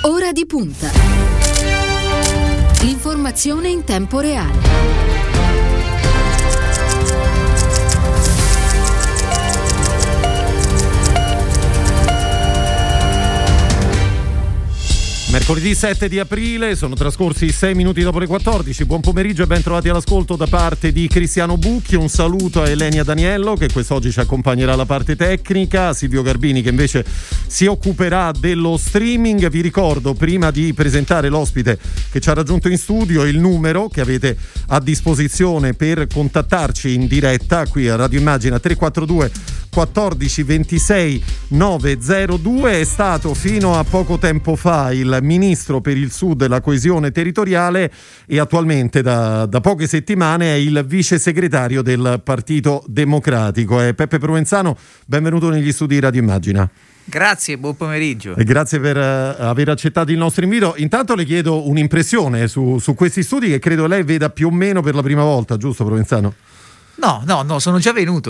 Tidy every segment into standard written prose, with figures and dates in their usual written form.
Ora di punta. L'informazione in tempo reale. Mercoledì 7 di aprile, sono trascorsi 6 minuti dopo le 14. Buon pomeriggio e ben trovati all'ascolto da parte di Cristiano Bucchi. Un saluto a Elenia Daniello che quest'oggi ci accompagnerà alla parte tecnica, Silvio Garbini che invece si occuperà dello streaming. Vi ricordo, prima di presentare l'ospite che ci ha raggiunto in studio, il numero che avete a disposizione per contattarci in diretta qui a Radio Immagina: 342 14 26 902. È stato fino a poco tempo fa il ministro per il Sud e la coesione territoriale e attualmente da poche settimane è il vice segretario del Partito Democratico. È Peppe Provenzano, benvenuto negli studi Radio Immagina. Grazie, buon pomeriggio. E grazie per aver accettato il nostro invito. Intanto le chiedo un'impressione su questi studi che credo lei veda più o meno per la prima volta, giusto Provenzano? No, sono già venuto,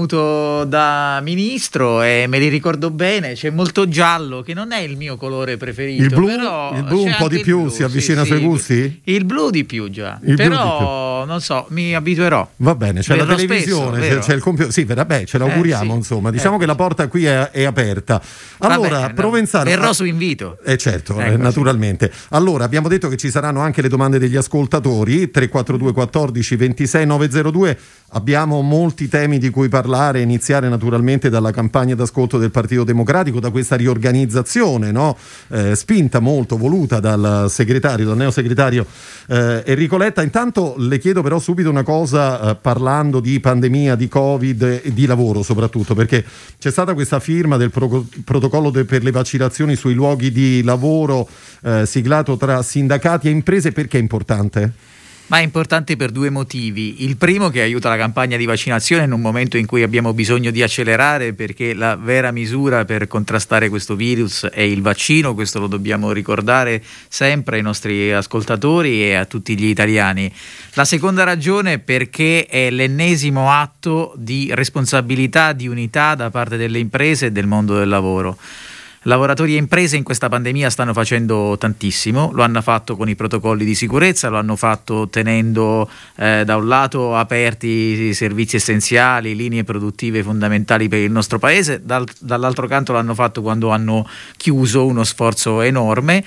da ministro e me li ricordo bene. C'è molto giallo, che non è il mio colore preferito. Il blu, però il blu un po' di più, si avvicina ai suoi gusti? Il blu di più già, però di più. Non so, mi abituerò. Va bene, c'è Verrò la televisione, spesso, c'è il computer. Sì, vabbè, ce l'auguriamo, sì. insomma. Diciamo che la porta qui è aperta. Allora, bene, Provenzano. Verrò su invito. Certo, naturalmente. Allora, abbiamo detto che ci saranno anche le domande degli ascoltatori. 342 14 26 902. Abbiamo molti temi di cui parlare, iniziare naturalmente dalla campagna d'ascolto del Partito Democratico, da questa riorganizzazione, no? Spinta molto, voluta dal neosegretario Enrico Letta. Intanto le chiedo però subito una cosa, parlando di pandemia, di Covid e di lavoro soprattutto, perché c'è stata questa firma del protocollo per le vaccinazioni sui luoghi di lavoro siglato tra sindacati e imprese. Perché è importante? Ma è importante per due motivi. Il primo, che aiuta la campagna di vaccinazione in un momento in cui abbiamo bisogno di accelerare, perché la vera misura per contrastare questo virus è il vaccino. Questo lo dobbiamo ricordare sempre ai nostri ascoltatori e a tutti gli italiani. La seconda ragione, perché è l'ennesimo atto di responsabilità, di unità da parte delle imprese e del mondo del lavoro. Lavoratori e imprese in questa pandemia stanno facendo tantissimo, lo hanno fatto con i protocolli di sicurezza, lo hanno fatto tenendo da un lato aperti i servizi essenziali, linee produttive fondamentali per il nostro paese, dall'altro canto l'hanno fatto quando hanno chiuso, uno sforzo enorme,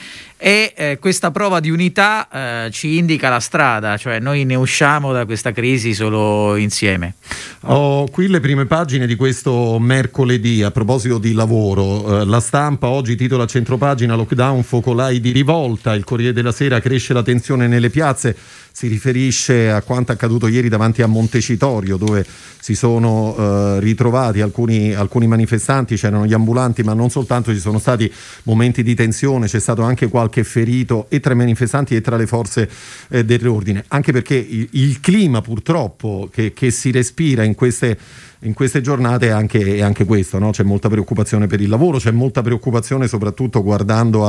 e questa prova di unità ci indica la strada, cioè noi ne usciamo da questa crisi solo insieme. Ho qui le prime pagine di questo mercoledì a proposito di lavoro. La Stampa oggi titola a centropagina: lockdown, focolai di rivolta. Il Corriere della Sera: cresce la tensione nelle piazze. Si riferisce a quanto accaduto ieri davanti a Montecitorio, dove si sono ritrovati alcuni manifestanti, c'erano gli ambulanti, ma non soltanto, ci sono stati momenti di tensione, c'è stato anche qualche ferito e tra i manifestanti e tra le forze dell'ordine, anche perché il clima purtroppo che si respira in queste giornate è anche questo, no? C'è molta preoccupazione per il lavoro, c'è molta preoccupazione soprattutto guardando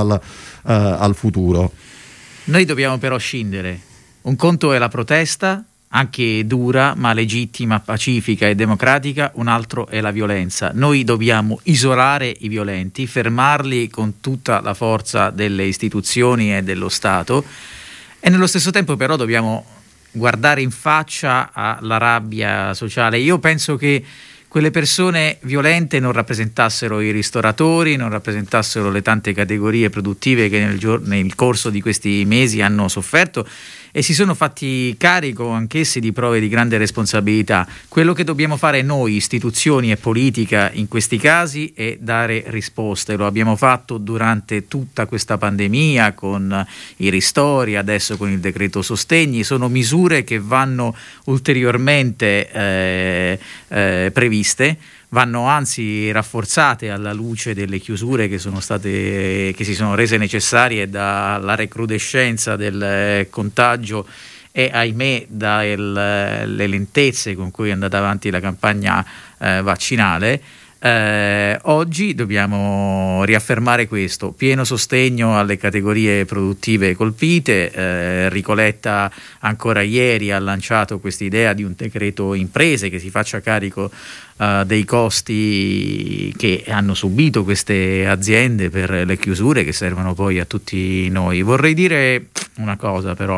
al futuro. Noi dobbiamo però scindere. Un conto è la protesta, anche dura, ma legittima, pacifica e democratica, un altro è la violenza. Noi dobbiamo isolare i violenti, fermarli con tutta la forza delle istituzioni e dello Stato, e nello stesso tempo però dobbiamo guardare in faccia alla rabbia sociale. Io penso che quelle persone violente non rappresentassero i ristoratori, non rappresentassero le tante categorie produttive che nel corso di questi mesi hanno sofferto e si sono fatti carico anch'essi di prove di grande responsabilità. Quello che dobbiamo fare noi, istituzioni e politica, in questi casi è dare risposte. Lo abbiamo fatto durante tutta questa pandemia con i ristori, adesso con il decreto sostegni. Sono misure che vanno ulteriormente previste, vanno anzi rafforzate alla luce delle chiusure che si sono rese necessarie dalla recrudescenza del contagio e ahimè dalle lentezze con cui è andata avanti la campagna vaccinale. Oggi dobbiamo riaffermare questo: pieno sostegno alle categorie produttive colpite. Enrico Letta ancora ieri ha lanciato questa idea di un decreto imprese che si faccia carico dei costi che hanno subito queste aziende per le chiusure che servono poi a tutti noi. Vorrei dire una cosa però,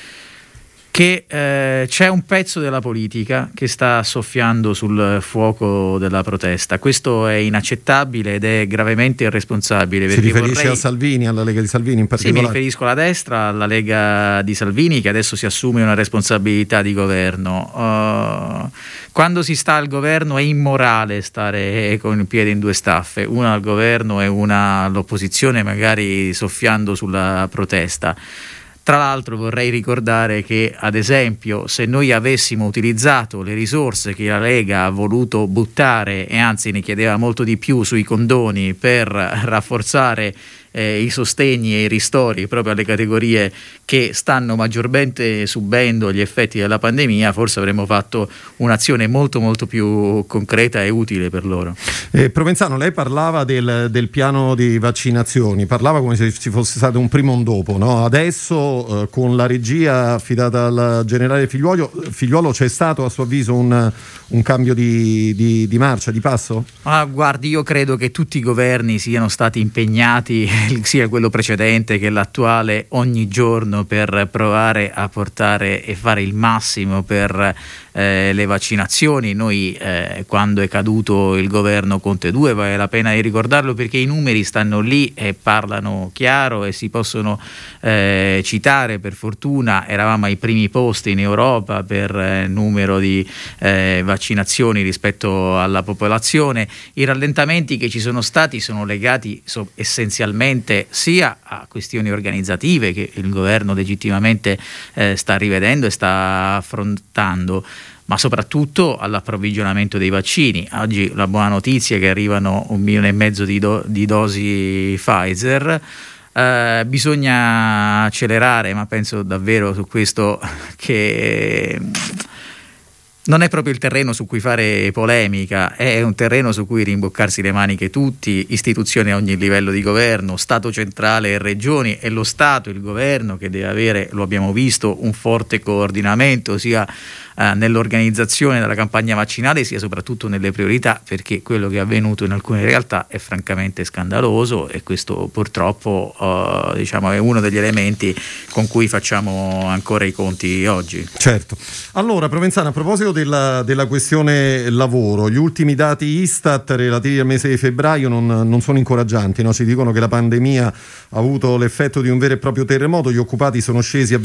che c'è un pezzo della politica che sta soffiando sul fuoco della protesta. Questo è inaccettabile ed è gravemente irresponsabile. Si riferisce a Salvini, alla Lega di Salvini in particolare? Sì, mi riferisco alla destra, alla Lega di Salvini, che adesso si assume una responsabilità di governo. Quando si sta al governo è immorale stare con il piede in due staffe, una al governo e una all'opposizione, magari soffiando sulla protesta. Tra l'altro vorrei ricordare che, ad esempio, se noi avessimo utilizzato le risorse che la Lega ha voluto buttare, e anzi ne chiedeva molto di più, sui condoni per rafforzare i sostegni e i ristori proprio alle categorie che stanno maggiormente subendo gli effetti della pandemia, forse avremmo fatto un'azione molto molto più concreta e utile per loro. Provenzano, lei parlava del piano di vaccinazioni, parlava come se ci fosse stato un prima e un dopo, no? Adesso con la regia affidata al generale Figliuolo c'è stato a suo avviso un cambio di marcia, di passo? Guardi, io credo che tutti i governi siano stati impegnati, sia quello precedente che l'attuale, ogni giorno per provare a portare e fare il massimo per le vaccinazioni. Noi quando è caduto il governo Conte 2, vale la pena di ricordarlo perché i numeri stanno lì e parlano chiaro e si possono citare. Per fortuna eravamo ai primi posti in Europa per numero di vaccinazioni rispetto alla popolazione. I rallentamenti che ci sono stati sono legati essenzialmente sia a questioni organizzative che il governo legittimamente sta rivedendo e sta affrontando, ma soprattutto all'approvvigionamento dei vaccini. Oggi la buona notizia è che arrivano 1,5 milioni di dosi Pfizer. Bisogna accelerare, ma penso davvero su questo che non è proprio il terreno su cui fare polemica, è un terreno su cui rimboccarsi le maniche tutti, istituzioni a ogni livello di governo, Stato centrale e regioni. È lo Stato, il governo, che deve avere, lo abbiamo visto, un forte coordinamento sia nell'organizzazione della campagna vaccinale sia soprattutto nelle priorità, perché quello che è avvenuto in alcune realtà è francamente scandaloso e questo purtroppo è uno degli elementi con cui facciamo ancora i conti oggi. Certo. Allora Provenzano, a proposito della questione lavoro, gli ultimi dati Istat relativi al mese di febbraio non sono incoraggianti, no? Ci dicono che la pandemia ha avuto l'effetto di un vero e proprio terremoto, gli occupati sono scesi a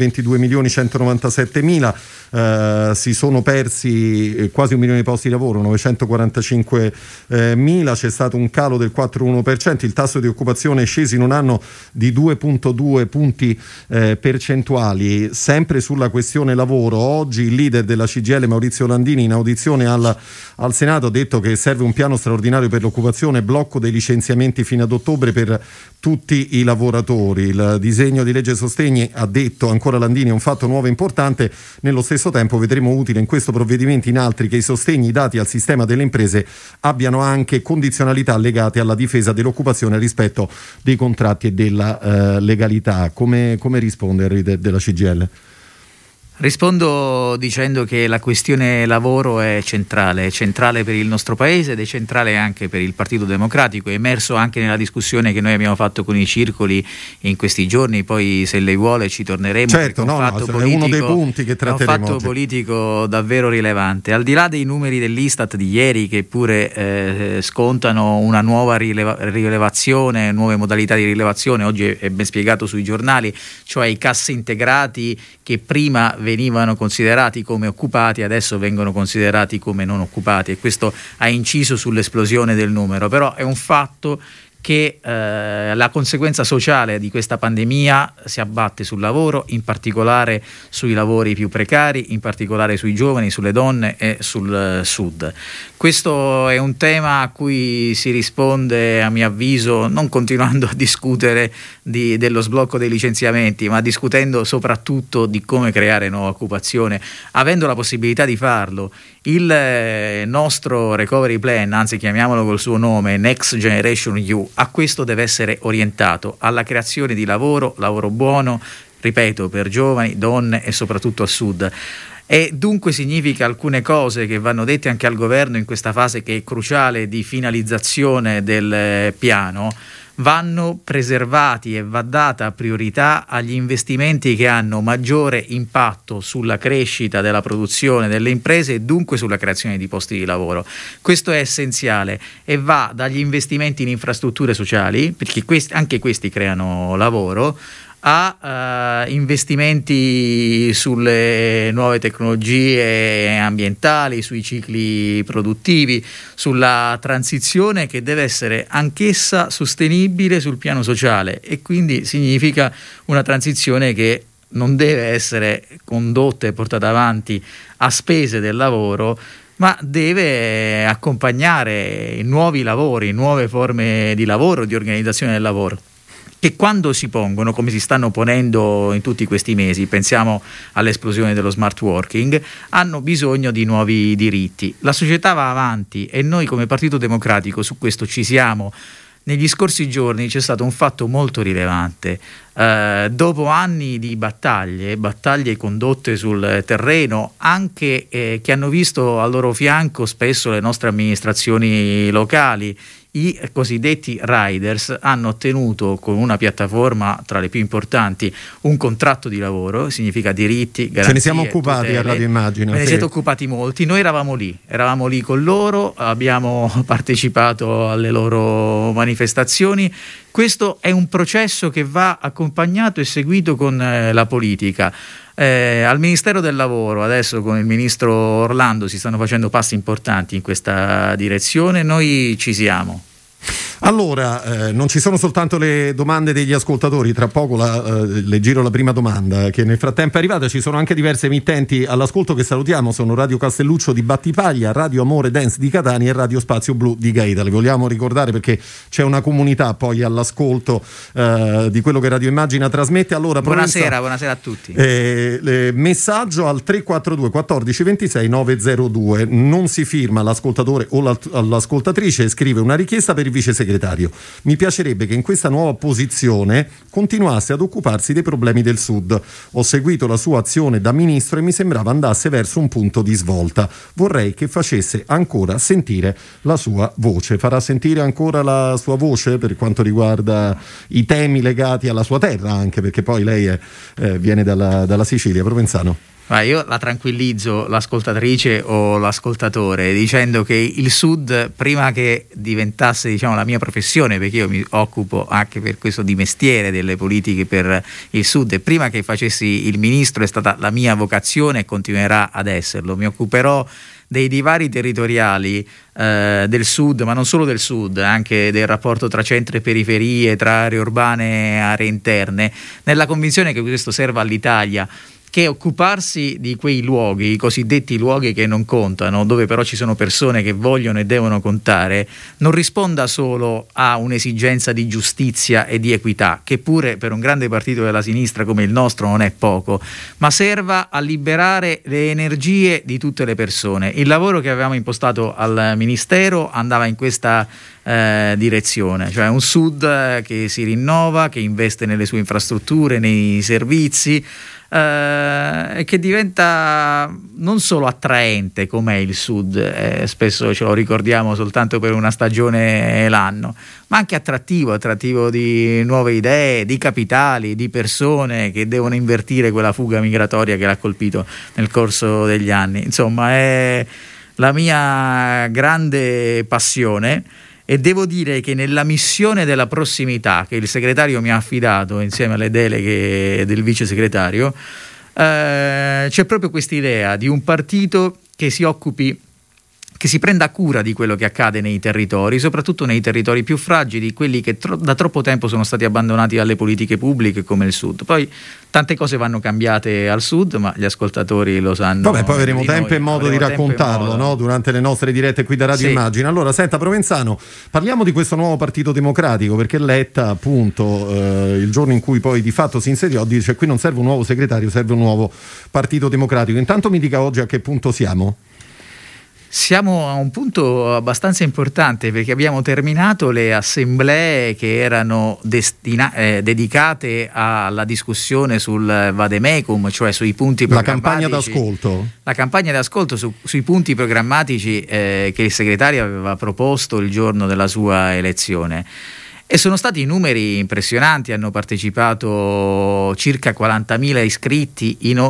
22.197.000, si sono persi quasi 1 milione di posti di lavoro, 945.000, c'è stato un calo del 4,1%, il tasso di occupazione è sceso in un anno di 2,2 punti percentuali. Sempre sulla questione lavoro, oggi il leader della CGIL Maurizio Landini in audizione al Senato ha detto che serve un piano straordinario per l'occupazione, blocco dei licenziamenti fino ad ottobre per tutti i lavoratori. Il disegno di legge sostegni, ha detto ancora Landini, è un fatto nuovo e importante. Nello stesso tempo vedremo utile in questo provvedimento, in altri, che i sostegni dati al sistema delle imprese abbiano anche condizionalità legate alla difesa dell'occupazione rispetto dei contratti e della legalità. Come risponde il leader della CGIL? Rispondo dicendo che la questione lavoro è centrale per il nostro paese ed è centrale anche per il Partito Democratico. È emerso anche nella discussione che noi abbiamo fatto con i circoli in questi giorni, poi se lei vuole ci torneremo. Certo, è uno dei punti che tratteremo. È un fatto oggi politico davvero rilevante. Al di là dei numeri dell'Istat di ieri, che pure scontano una nuova rilevazione, nuove modalità di rilevazione, oggi è ben spiegato sui giornali, cioè i cassaintegrati che prima venivano considerati come occupati, adesso vengono considerati come non occupati, e questo ha inciso sull'esplosione del numero. Però è un fatto che la conseguenza sociale di questa pandemia si abbatte sul lavoro, in particolare sui lavori più precari, in particolare sui giovani, sulle donne e sul sud. Questo è un tema a cui si risponde, a mio avviso, non continuando a discutere dello sblocco dei licenziamenti, ma discutendo soprattutto di come creare nuova occupazione, avendo la possibilità di farlo. Il nostro recovery plan, anzi chiamiamolo col suo nome, Next Generation EU, a questo deve essere orientato, alla creazione di lavoro buono, ripeto, per giovani, donne e soprattutto al sud. E dunque significa alcune cose che vanno dette anche al governo in questa fase che è cruciale di finalizzazione del piano. Vanno preservati e va data priorità agli investimenti che hanno maggiore impatto sulla crescita della produzione delle imprese e dunque sulla creazione di posti di lavoro. Questo è essenziale e va dagli investimenti in infrastrutture sociali, perché anche questi creano lavoro, a investimenti sulle nuove tecnologie ambientali, sui cicli produttivi, sulla transizione che deve essere anch'essa sostenibile sul piano sociale, e quindi significa una transizione che non deve essere condotta e portata avanti a spese del lavoro, ma deve accompagnare nuovi lavori, nuove forme di lavoro, di organizzazione del lavoro, che quando si pongono, come si stanno ponendo in tutti questi mesi, pensiamo all'esplosione dello smart working, hanno bisogno di nuovi diritti. La società va avanti e noi come Partito Democratico su questo ci siamo. Negli scorsi giorni c'è stato un fatto molto rilevante. Dopo anni di battaglie condotte sul terreno, anche che hanno visto al loro fianco spesso le nostre amministrazioni locali, i cosiddetti riders hanno ottenuto con una piattaforma tra le più importanti un contratto di lavoro, significa diritti, garanzie. Ce ne siamo occupati tutele. A Radio Immagine. Ne siete occupati molti, noi eravamo lì con loro, abbiamo partecipato alle loro manifestazioni. Questo è un processo che va accompagnato e seguito con la politica. Al Ministero del Lavoro adesso con il ministro Orlando si stanno facendo passi importanti in questa direzione, noi ci siamo. Allora, non ci sono soltanto le domande degli ascoltatori, tra poco le giro la prima domanda che nel frattempo è arrivata. Ci sono anche diverse emittenti all'ascolto che salutiamo, sono Radio Castelluccio di Battipaglia, Radio Amore Dance di Catania e Radio Spazio Blu di Gaeta. Le vogliamo ricordare perché c'è una comunità poi all'ascolto di quello che Radio Immagina trasmette. Allora, buonasera a tutti. Messaggio al 342 14 26 902, non si firma l'ascoltatore o l'ascoltatrice, scrive una richiesta per il vice segretario. Mi piacerebbe che in questa nuova posizione continuasse ad occuparsi dei problemi del Sud. Ho seguito la sua azione da ministro e mi sembrava andasse verso un punto di svolta. Vorrei che facesse ancora sentire la sua voce. Farà sentire ancora la sua voce per quanto riguarda i temi legati alla sua terra, anche perché poi lei viene dalla Sicilia. Provenzano. Io la tranquillizzo, l'ascoltatrice o l'ascoltatore, dicendo che il Sud, prima che diventasse la mia professione, perché io mi occupo anche per questo di mestiere delle politiche per il Sud, e prima che facessi il ministro è stata la mia vocazione e continuerà ad esserlo. Mi occuperò dei divari territoriali del Sud, ma non solo del Sud, anche del rapporto tra centro e periferie, tra aree urbane e aree interne, nella convinzione che questo serva all'Italia, che occuparsi di quei luoghi, i cosiddetti luoghi che non contano, dove però ci sono persone che vogliono e devono contare, non risponda solo a un'esigenza di giustizia e di equità, che pure per un grande partito della sinistra come il nostro non è poco, ma serva a liberare le energie di tutte le persone. Il lavoro che avevamo impostato al Ministero andava in questa direzione, cioè un Sud che si rinnova, che investe nelle sue infrastrutture, nei servizi, e che diventa non solo attraente come è il Sud, spesso ce lo ricordiamo soltanto per una stagione l'anno, ma anche attrattivo di nuove idee, di capitali, di persone che devono invertire quella fuga migratoria che l'ha colpito nel corso degli anni. Insomma, è la mia grande passione. E devo dire che nella missione della prossimità che il segretario mi ha affidato insieme alle deleghe del vice segretario, c'è proprio questa idea di un partito che si occupi che si prenda cura di quello che accade nei territori, soprattutto nei territori più fragili, quelli che da troppo tempo sono stati abbandonati dalle politiche pubbliche come il Sud. Poi tante cose vanno cambiate al Sud, ma gli ascoltatori lo sanno. Vabbè, poi avremo tempo e modo di raccontarlo, no? Durante le nostre dirette qui da Radio Immagine. Allora, senta Provenzano, parliamo di questo nuovo Partito Democratico, perché Letta appunto il giorno in cui poi di fatto si insediò dice: qui non serve un nuovo segretario, serve un nuovo Partito Democratico. Intanto mi dica oggi a che punto siamo? Siamo a un punto abbastanza importante, perché abbiamo terminato le assemblee che erano dedicate alla discussione sul vademecum, cioè sui punti programmatici. La campagna d'ascolto sui punti programmatici che il segretario aveva proposto il giorno della sua elezione. E sono stati numeri impressionanti, hanno partecipato circa 40.000 iscritti in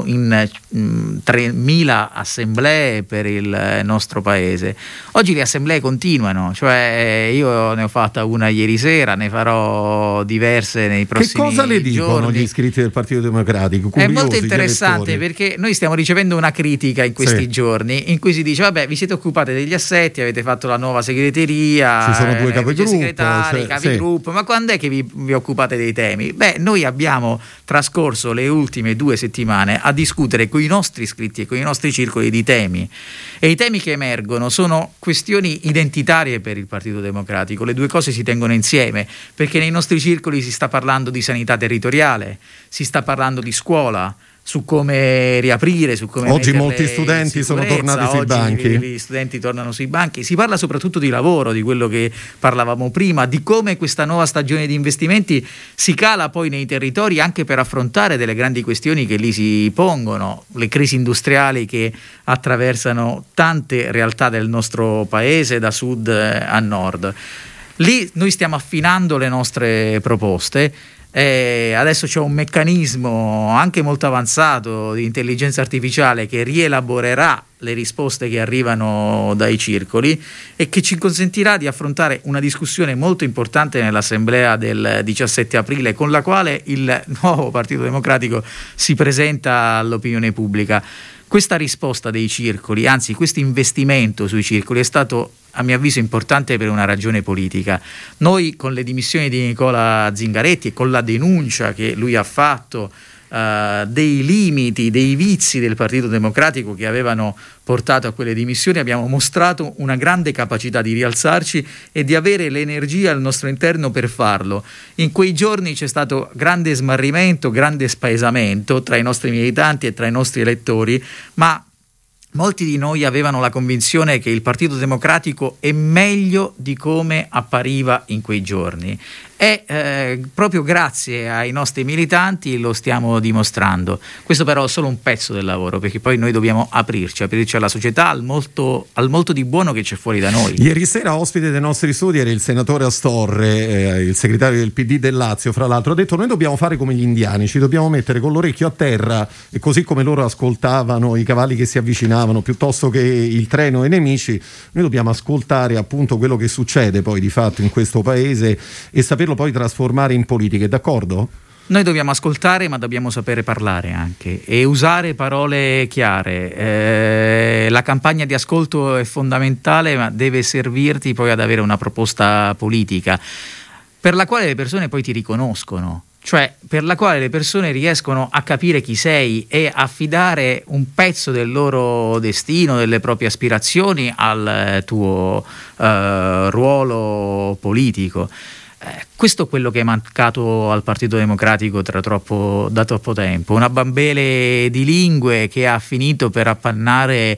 3.000 assemblee per il nostro paese. Oggi le assemblee continuano, cioè io ne ho fatta una ieri sera, ne farò diverse nei prossimi giorni. Che cosa le dicono gli iscritti del Partito Democratico? È molto interessante, perché noi stiamo ricevendo una critica in questi giorni in cui si dice: vabbè, vi siete occupati degli assetti, avete fatto la nuova segreteria, ci sono due capigruppo, ma quando è che vi occupate dei temi? Beh, noi abbiamo trascorso le ultime 2 settimane a discutere con i nostri iscritti e con i nostri circoli di temi, e i temi che emergono sono questioni identitarie per il Partito Democratico. Le due cose si tengono insieme, perché nei nostri circoli si sta parlando di sanità territoriale, si sta parlando di scuola, su come riaprire, su come oggi molti studenti sono tornati sui banchi. Gli studenti tornano sui banchi. Si parla soprattutto di lavoro, di quello che parlavamo prima, di come questa nuova stagione di investimenti si cala poi nei territori anche per affrontare delle grandi questioni che lì si pongono, le crisi industriali che attraversano tante realtà del nostro paese da sud a nord. Lì noi stiamo affinando le nostre proposte. Adesso c'è un meccanismo anche molto avanzato di intelligenza artificiale che rielaborerà le risposte che arrivano dai circoli e che ci consentirà di affrontare una discussione molto importante nell'assemblea del 17 aprile, con la quale il nuovo Partito Democratico si presenta all'opinione pubblica. Questa risposta dei circoli, anzi questo investimento sui circoli, è stato a mio avviso importante per una ragione politica. Noi, con le dimissioni di Nicola Zingaretti e con la denuncia che lui ha fatto dei limiti, dei vizi del Partito Democratico che avevano portato a quelle dimissioni, abbiamo mostrato una grande capacità di rialzarci e di avere l'energia al nostro interno per farlo. In quei giorni c'è stato grande smarrimento, grande spaesamento tra i nostri militanti e tra i nostri elettori, ma molti di noi avevano la convinzione che il Partito Democratico è meglio di come appariva in quei giorni. E proprio grazie ai nostri militanti lo stiamo dimostrando. Questo però è solo un pezzo del lavoro, perché poi noi dobbiamo aprirci alla società, al molto di buono che c'è fuori da noi. Ieri sera ospite dei nostri studi era il senatore Astorre, il segretario del PD del Lazio, fra l'altro. Ha detto: noi dobbiamo fare come gli indiani, ci dobbiamo mettere con l'orecchio a terra, e così come loro ascoltavano i cavalli che si avvicinavano piuttosto che il treno e i nemici, noi dobbiamo ascoltare appunto quello che succede poi di fatto in questo paese e saperlo poi trasformare in politiche, d'accordo? Noi dobbiamo ascoltare, ma dobbiamo sapere parlare anche e usare parole chiare. La campagna di ascolto è fondamentale, ma deve servirti poi ad avere una proposta politica per la quale le persone poi ti riconoscono, cioè per la quale le persone riescono a capire chi sei e affidare un pezzo del loro destino, delle proprie aspirazioni al tuo ruolo politico. Questo è quello che è mancato al Partito Democratico da troppo tempo, una bambele di lingue che ha finito per appannare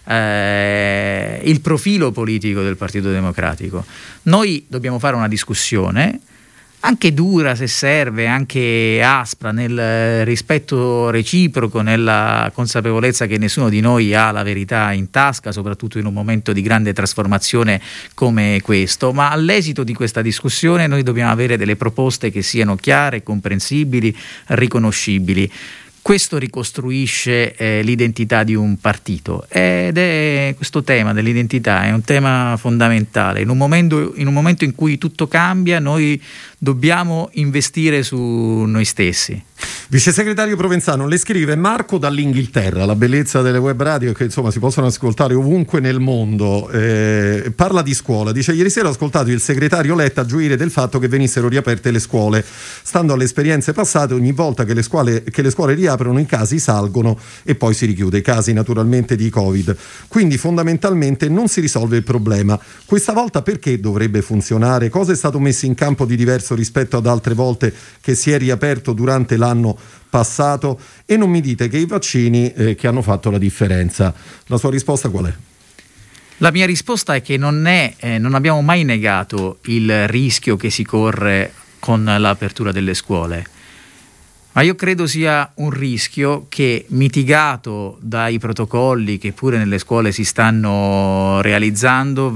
il profilo politico del Partito Democratico. Noi dobbiamo fare una discussione anche dura se serve, anche aspra, nel rispetto reciproco, nella consapevolezza che nessuno di noi ha la verità in tasca, soprattutto in un momento di grande trasformazione come questo, ma all'esito di questa discussione noi dobbiamo avere delle proposte che siano chiare, comprensibili, riconoscibili. Questo ricostruisce l'identità di un partito, ed è questo tema dell'identità è un tema fondamentale. In un momento in cui tutto cambia, noi dobbiamo investire su noi stessi. Vice segretario Provenzano, le scrive Marco dall'Inghilterra, la bellezza delle web radio che insomma si possono ascoltare ovunque nel mondo, parla di scuola, dice: ieri sera ho ascoltato il segretario Letta gioire del fatto che venissero riaperte le scuole. Stando alle esperienze passate, ogni volta che le scuole riaprono i casi salgono e poi si richiude, i casi naturalmente di Covid, quindi fondamentalmente non si risolve il problema. Questa volta perché dovrebbe funzionare? Cosa è stato messo in campo di diverso rispetto ad altre volte che si è riaperto durante l'anno passato? E non mi dite che i vaccini che hanno fatto la differenza. La sua risposta qual è? La mia risposta è che non abbiamo mai negato il rischio che si corre con l'apertura delle scuole, ma io credo sia un rischio che, mitigato dai protocolli che pure nelle scuole si stanno realizzando,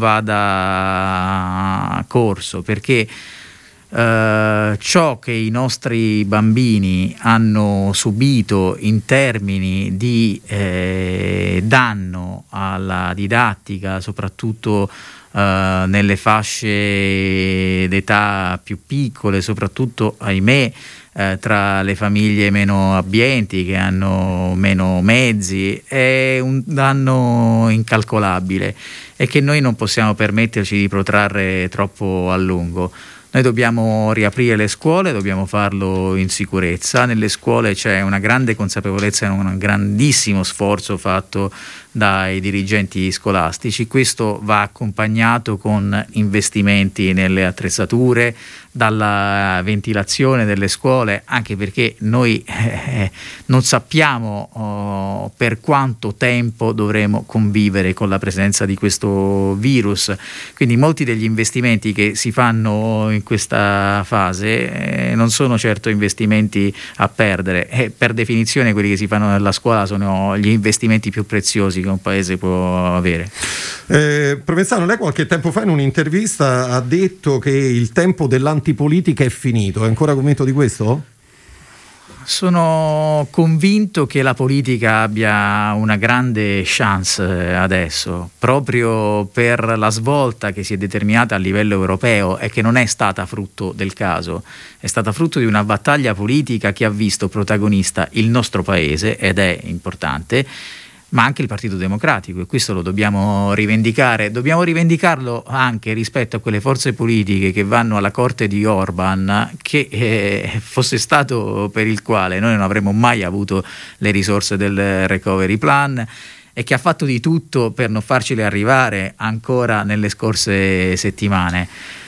vada corso, perché ciò che i nostri bambini hanno subito in termini di danno alla didattica, soprattutto nelle fasce d'età più piccole, soprattutto, ahimè, tra le famiglie meno abbienti, che hanno meno mezzi, è un danno incalcolabile e che noi non possiamo permetterci di protrarre troppo a lungo. Noi dobbiamo riaprire le scuole, dobbiamo farlo in sicurezza. Nelle scuole c'è una grande consapevolezza e un grandissimo sforzo fatto dai dirigenti scolastici. Questo va accompagnato con investimenti nelle attrezzature, dalla ventilazione delle scuole, anche perché noi non sappiamo per quanto tempo dovremo convivere con la presenza di questo virus. Quindi molti degli investimenti che si fanno in questa fase non sono certo investimenti a perdere, e per definizione quelli che si fanno nella scuola sono gli investimenti più preziosi che un paese può avere. Provenzano, lei qualche tempo fa in un'intervista ha detto che il tempo dell'antipolitica è finito, è ancora convinto di questo? Sono convinto che la politica abbia una grande chance adesso, proprio per la svolta che si è determinata a livello europeo e che non è stata frutto del caso, è stata frutto di una battaglia politica che ha visto protagonista il nostro paese, ed è importante, ma anche il Partito Democratico, e questo lo dobbiamo rivendicare. Dobbiamo rivendicarlo anche rispetto a quelle forze politiche che vanno alla corte di Orban, che fosse stato per il quale noi non avremmo mai avuto le risorse del recovery plan, e che ha fatto di tutto per non farcele arrivare ancora nelle scorse settimane.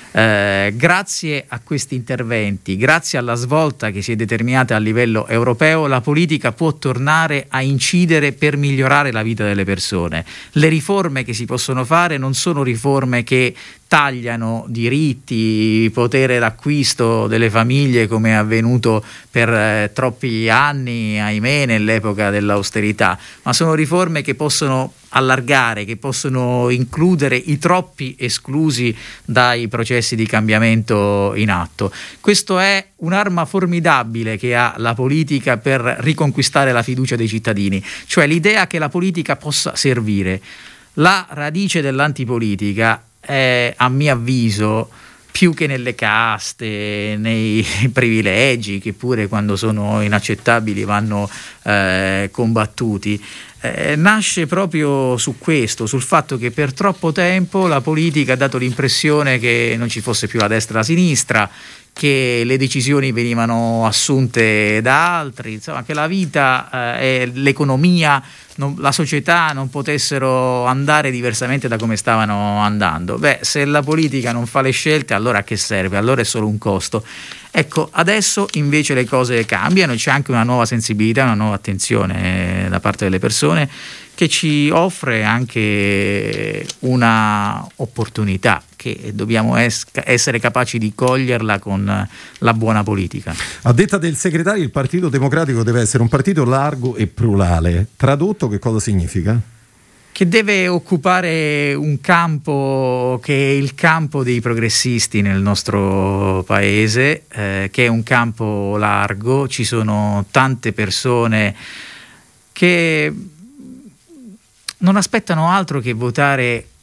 Grazie a questi interventi, grazie alla svolta che si è determinata a livello europeo, la politica può tornare a incidere per migliorare la vita delle persone. Le riforme che si possono fare non sono riforme che tagliano diritti, potere d'acquisto delle famiglie, come è avvenuto per troppi anni, ahimè, nell'epoca dell'austerità, ma sono riforme che possono allargare, che possono includere i troppi esclusi dai processi di cambiamento in atto. Questo è un'arma formidabile che ha la politica per riconquistare la fiducia dei cittadini, cioè l'idea che la politica possa servire. La radice dell'antipolitica è, a mio avviso, più che nelle caste, nei privilegi, che pure quando sono inaccettabili vanno combattuti, nasce proprio su questo, sul fatto che per troppo tempo la politica ha dato l'impressione che non ci fosse più la destra e la sinistra, che le decisioni venivano assunte da altri, insomma, che la vita e l'economia, la società non potessero andare diversamente da come stavano andando. Se la politica non fa le scelte, allora a che serve? Allora è solo un costo. Ecco, adesso invece le cose cambiano, c'è anche una nuova sensibilità, una nuova attenzione da parte delle persone, che ci offre anche una opportunità che dobbiamo essere capaci di coglierla con la buona politica. A detta del segretario, il Partito Democratico deve essere un partito largo e plurale. Tradotto, che cosa significa? Che deve occupare un campo che è il campo dei progressisti nel nostro paese, che è un campo largo. Ci sono tante persone che non aspettano altro che votare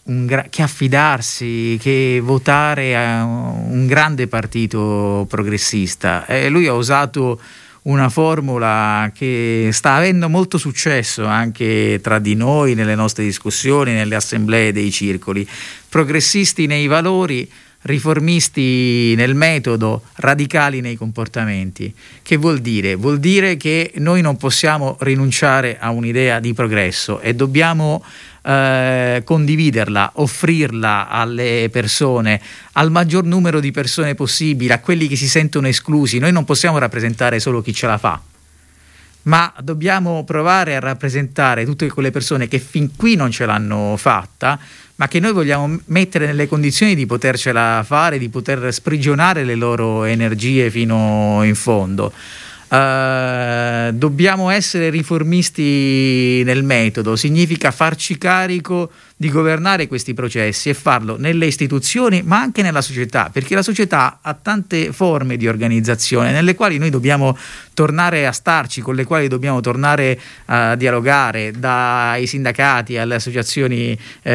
che affidarsi, che votare a un grande partito progressista. Lui ha usato una formula che sta avendo molto successo anche tra di noi, nelle nostre discussioni, nelle assemblee dei circoli. Progressisti nei valori, riformisti nel metodo, radicali nei comportamenti. Che vuol dire? Vuol dire che noi non possiamo rinunciare a un'idea di progresso e dobbiamo condividerla, offrirla alle persone, al maggior numero di persone possibile, a quelli che si sentono esclusi. Noi non possiamo rappresentare solo chi ce la fa, ma dobbiamo provare a rappresentare tutte quelle persone che fin qui non ce l'hanno fatta, ma che noi vogliamo mettere nelle condizioni di potercela fare, di poter sprigionare le loro energie fino in fondo. Dobbiamo essere riformisti nel metodo, significa farci carico di governare questi processi e farlo nelle istituzioni ma anche nella società, perché la società ha tante forme di organizzazione nelle quali noi dobbiamo tornare a starci, con le quali dobbiamo tornare a dialogare, dai sindacati alle associazioni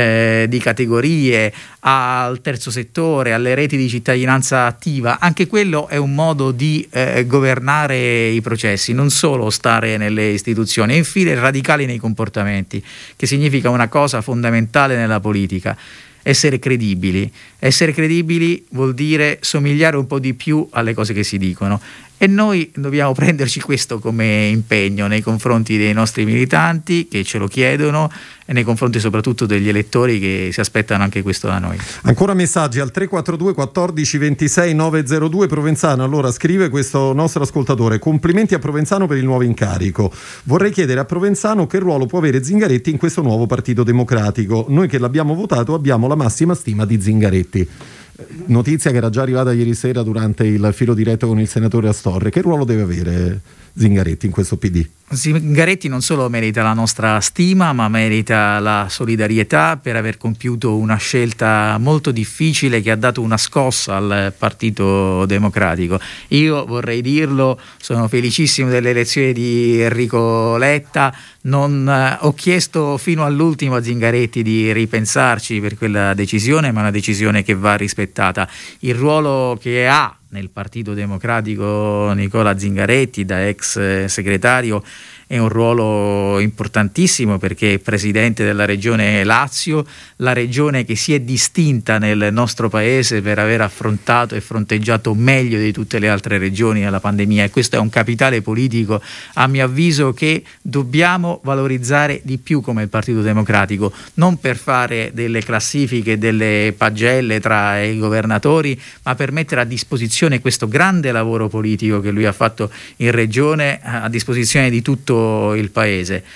di categorie, al terzo settore, alle reti di cittadinanza attiva. Anche quello è un modo di governare i processi, non solo stare nelle istituzioni. E infine radicali nei comportamenti, che significa una cosa fondamentale nella politica: essere credibili. Essere credibili vuol dire somigliare un po' di più alle cose che si dicono, e noi dobbiamo prenderci questo come impegno nei confronti dei nostri militanti che ce lo chiedono e nei confronti soprattutto degli elettori che si aspettano anche questo da noi. Ancora messaggi al 342 14 26 902. Provenzano, allora scrive questo nostro ascoltatore: complimenti a Provenzano per il nuovo incarico. Vorrei chiedere a Provenzano che ruolo può avere Zingaretti in questo nuovo Partito Democratico. Noi che l'abbiamo votato abbiamo la massima stima di Zingaretti. Notizia che era già arrivata ieri sera durante il filo diretto con il senatore Astorre. Che ruolo deve avere Zingaretti in questo PD? Zingaretti non solo merita la nostra stima, ma merita la solidarietà per aver compiuto una scelta molto difficile che ha dato una scossa al Partito Democratico. Io vorrei dirlo, sono felicissimo delle elezioni di Enrico Letta. Ho chiesto fino all'ultimo a Zingaretti di ripensarci per quella decisione, ma una decisione che va rispettata. Il ruolo che ha nel Partito Democratico Nicola Zingaretti da ex segretario è un ruolo importantissimo, perché è presidente della regione Lazio, la regione che si è distinta nel nostro paese per aver affrontato e fronteggiato meglio di tutte le altre regioni la pandemia, e questo è un capitale politico, a mio avviso, che dobbiamo valorizzare di più come Partito Democratico, non per fare delle classifiche, delle pagelle tra i governatori, ma per mettere a disposizione questo grande lavoro politico che lui ha fatto in regione a disposizione di tutto il paese.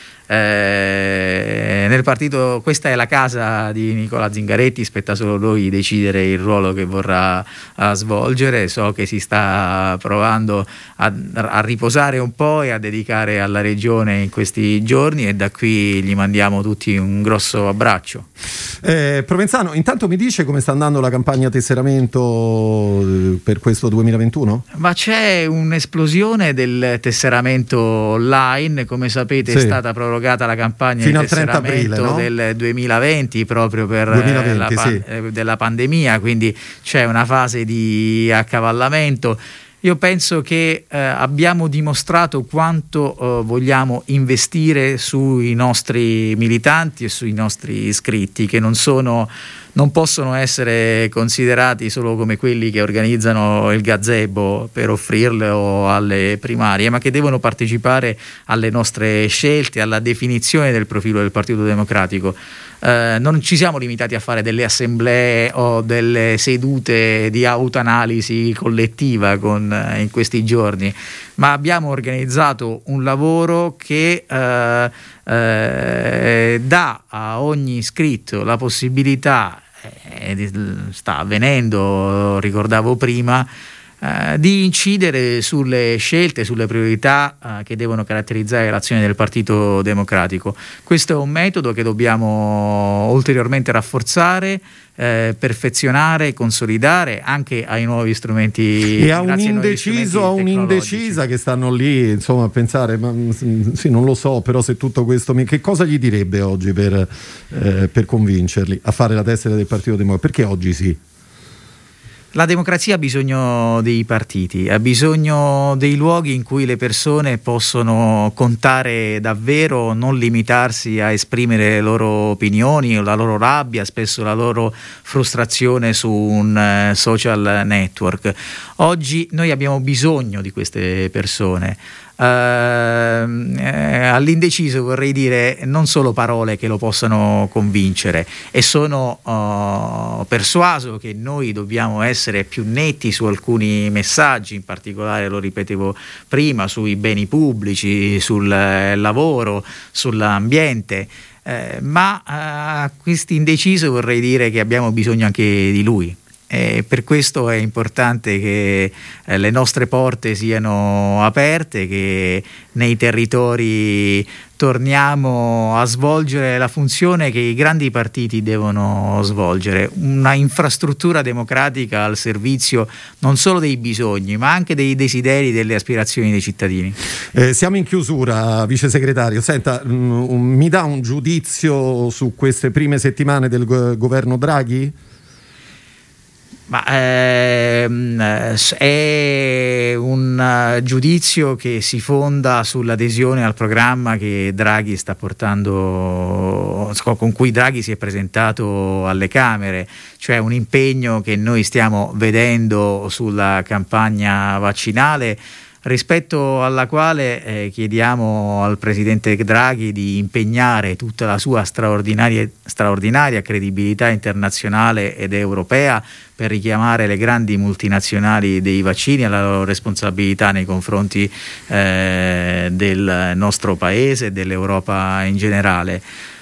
Nel partito, questa è la casa di Nicola Zingaretti, spetta solo lui decidere il ruolo che vorrà svolgere. So che si sta provando a riposare un po' e a dedicare alla regione in questi giorni, e da qui gli mandiamo tutti un grosso abbraccio. Provenzano, intanto mi dice come sta andando la campagna tesseramento per questo 2021? Ma c'è un'esplosione del tesseramento online, come sapete. Sì. È stata prorogata la campagna fino di tesseramento al 30 aprile, no? del 2020 proprio per 2020, della pandemia, quindi c'è una fase di accavallamento. Io penso che abbiamo dimostrato quanto vogliamo investire sui nostri militanti e sui nostri iscritti, che non possono essere considerati solo come quelli che organizzano il gazebo per offrirlo alle primarie, ma che devono partecipare alle nostre scelte, alla definizione del profilo del Partito Democratico. Non ci siamo limitati a fare delle assemblee o delle sedute di autoanalisi collettiva in questi giorni, ma abbiamo organizzato un lavoro che dà a ogni iscritto la possibilità, sta avvenendo, ricordavo prima, di incidere sulle scelte, sulle priorità che devono caratterizzare l'azione del Partito Democratico. Questo è un metodo che dobbiamo ulteriormente rafforzare, perfezionare, consolidare anche ai nuovi strumenti. E a un indeciso, a un'indecisa che stanno lì, insomma, a pensare, ma sì, non lo so, però se tutto questo che cosa gli direbbe oggi per convincerli a fare la tessera del Partito Democratico? Perché oggi sì? La democrazia ha bisogno dei partiti, ha bisogno dei luoghi in cui le persone possono contare davvero, non limitarsi a esprimere le loro opinioni, la loro rabbia, spesso la loro frustrazione su un social network. Oggi noi abbiamo bisogno di queste persone. All'indeciso vorrei dire non solo parole che lo possano convincere, e sono persuaso che noi dobbiamo essere più netti su alcuni messaggi, in particolare, lo ripetevo prima, sui beni pubblici, sul lavoro, sull'ambiente. Ma a questi indeciso vorrei dire che abbiamo bisogno anche di lui. Per questo è importante che le nostre porte siano aperte, che nei territori torniamo a svolgere la funzione che i grandi partiti devono svolgere, una infrastruttura democratica al servizio non solo dei bisogni ma anche dei desideri, delle aspirazioni dei cittadini. Siamo in chiusura, vice segretario. Senta, mi dà un giudizio su queste prime settimane del governo Draghi? Ma è un giudizio che si fonda sull'adesione al programma che Draghi sta portando, con cui Draghi si è presentato alle Camere, cioè un impegno che noi stiamo vedendo sulla campagna vaccinale, rispetto alla quale chiediamo al presidente Draghi di impegnare tutta la sua straordinaria credibilità internazionale ed europea per richiamare le grandi multinazionali dei vaccini alla loro responsabilità nei confronti del nostro paese e dell'Europa in generale.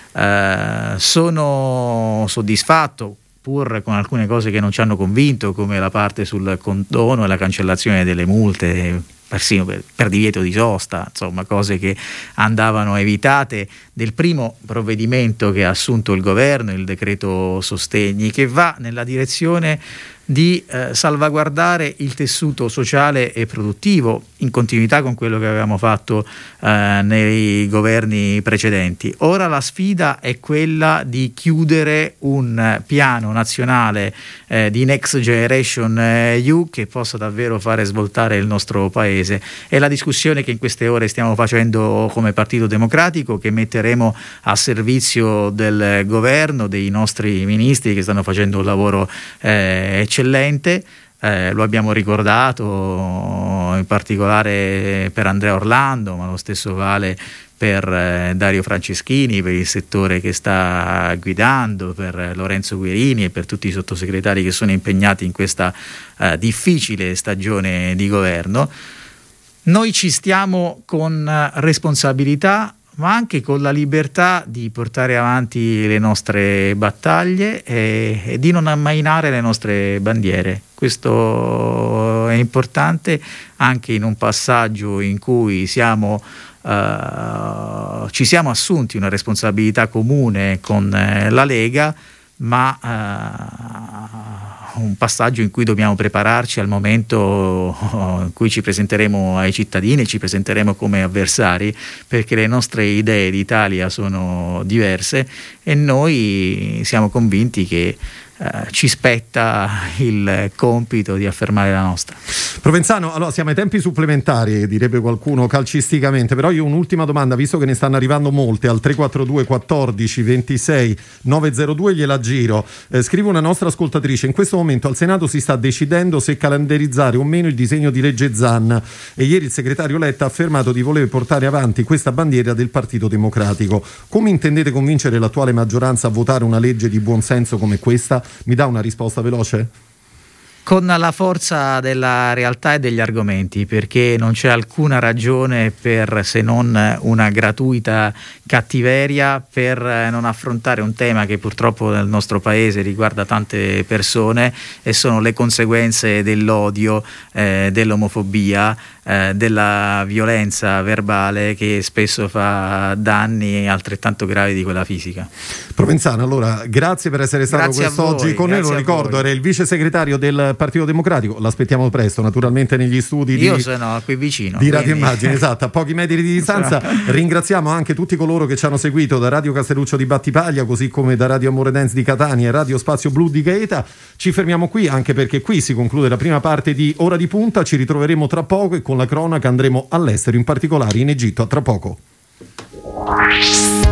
Sono soddisfatto, pur con alcune cose che non ci hanno convinto, come la parte sul condono e la cancellazione delle multe, persino per divieto di sosta, insomma cose che andavano evitate, del primo provvedimento che ha assunto il governo, il decreto sostegni, che va nella direzione di salvaguardare il tessuto sociale e produttivo, in continuità con quello che avevamo fatto nei governi precedenti. Ora la sfida è quella di chiudere un piano nazionale di Next Generation EU che possa davvero fare svoltare il nostro paese. È la discussione che in queste ore stiamo facendo come Partito Democratico, che metteremo a servizio del governo, dei nostri ministri che stanno facendo un lavoro eccellente. Lo abbiamo ricordato in particolare per Andrea Orlando, ma lo stesso vale per Dario Franceschini, per il settore che sta guidando, per Lorenzo Guerini e per tutti i sottosegretari che sono impegnati in questa difficile stagione di governo. Noi ci stiamo con responsabilità, ma anche con la libertà di portare avanti le nostre battaglie e di non ammainare le nostre bandiere. Questo è importante anche in un passaggio in cui ci siamo assunti una responsabilità comune con la Lega, ma un passaggio in cui dobbiamo prepararci al momento in cui ci presenteremo ai cittadini, ci presenteremo come avversari, perché le nostre idee d'Italia sono diverse e noi siamo convinti che ci spetta il compito di affermare la nostra. Provenzano, allora siamo ai tempi supplementari, direbbe qualcuno calcisticamente, però io un'ultima domanda, visto che ne stanno arrivando molte al 342 14 26 902, gliela giro. Scrive una nostra ascoltatrice: in questo momento al Senato si sta decidendo se calendarizzare o meno il disegno di legge Zan e ieri il segretario Letta ha affermato di voler portare avanti questa bandiera del Partito Democratico. Come intendete convincere l'attuale maggioranza a votare una legge di buon senso come questa? Mi dà una risposta veloce? Con la forza della realtà e degli argomenti, perché non c'è alcuna ragione se non una gratuita cattiveria per non affrontare un tema che purtroppo nel nostro paese riguarda tante persone, e sono le conseguenze dell'odio, dell'omofobia, della violenza verbale, che spesso fa danni altrettanto gravi di quella fisica. Provenzano, allora grazie per essere stato quest'oggi con noi. Lo ricordo, era il vice segretario del Partito Democratico. L'aspettiamo presto, naturalmente, negli studi io sono qui vicino di Radio Immagine, esatto, a pochi metri di distanza. Ringraziamo anche tutti coloro che ci hanno seguito da Radio Castelluccio di Battipaglia, così come da Radio Amore Dance di Catania e Radio Spazio Blu di Gaeta. Ci fermiamo qui, anche perché qui si conclude la prima parte di Ora di Punta. Ci ritroveremo tra poco e con la cronaca andremo all'estero, in particolare in Egitto. A tra poco.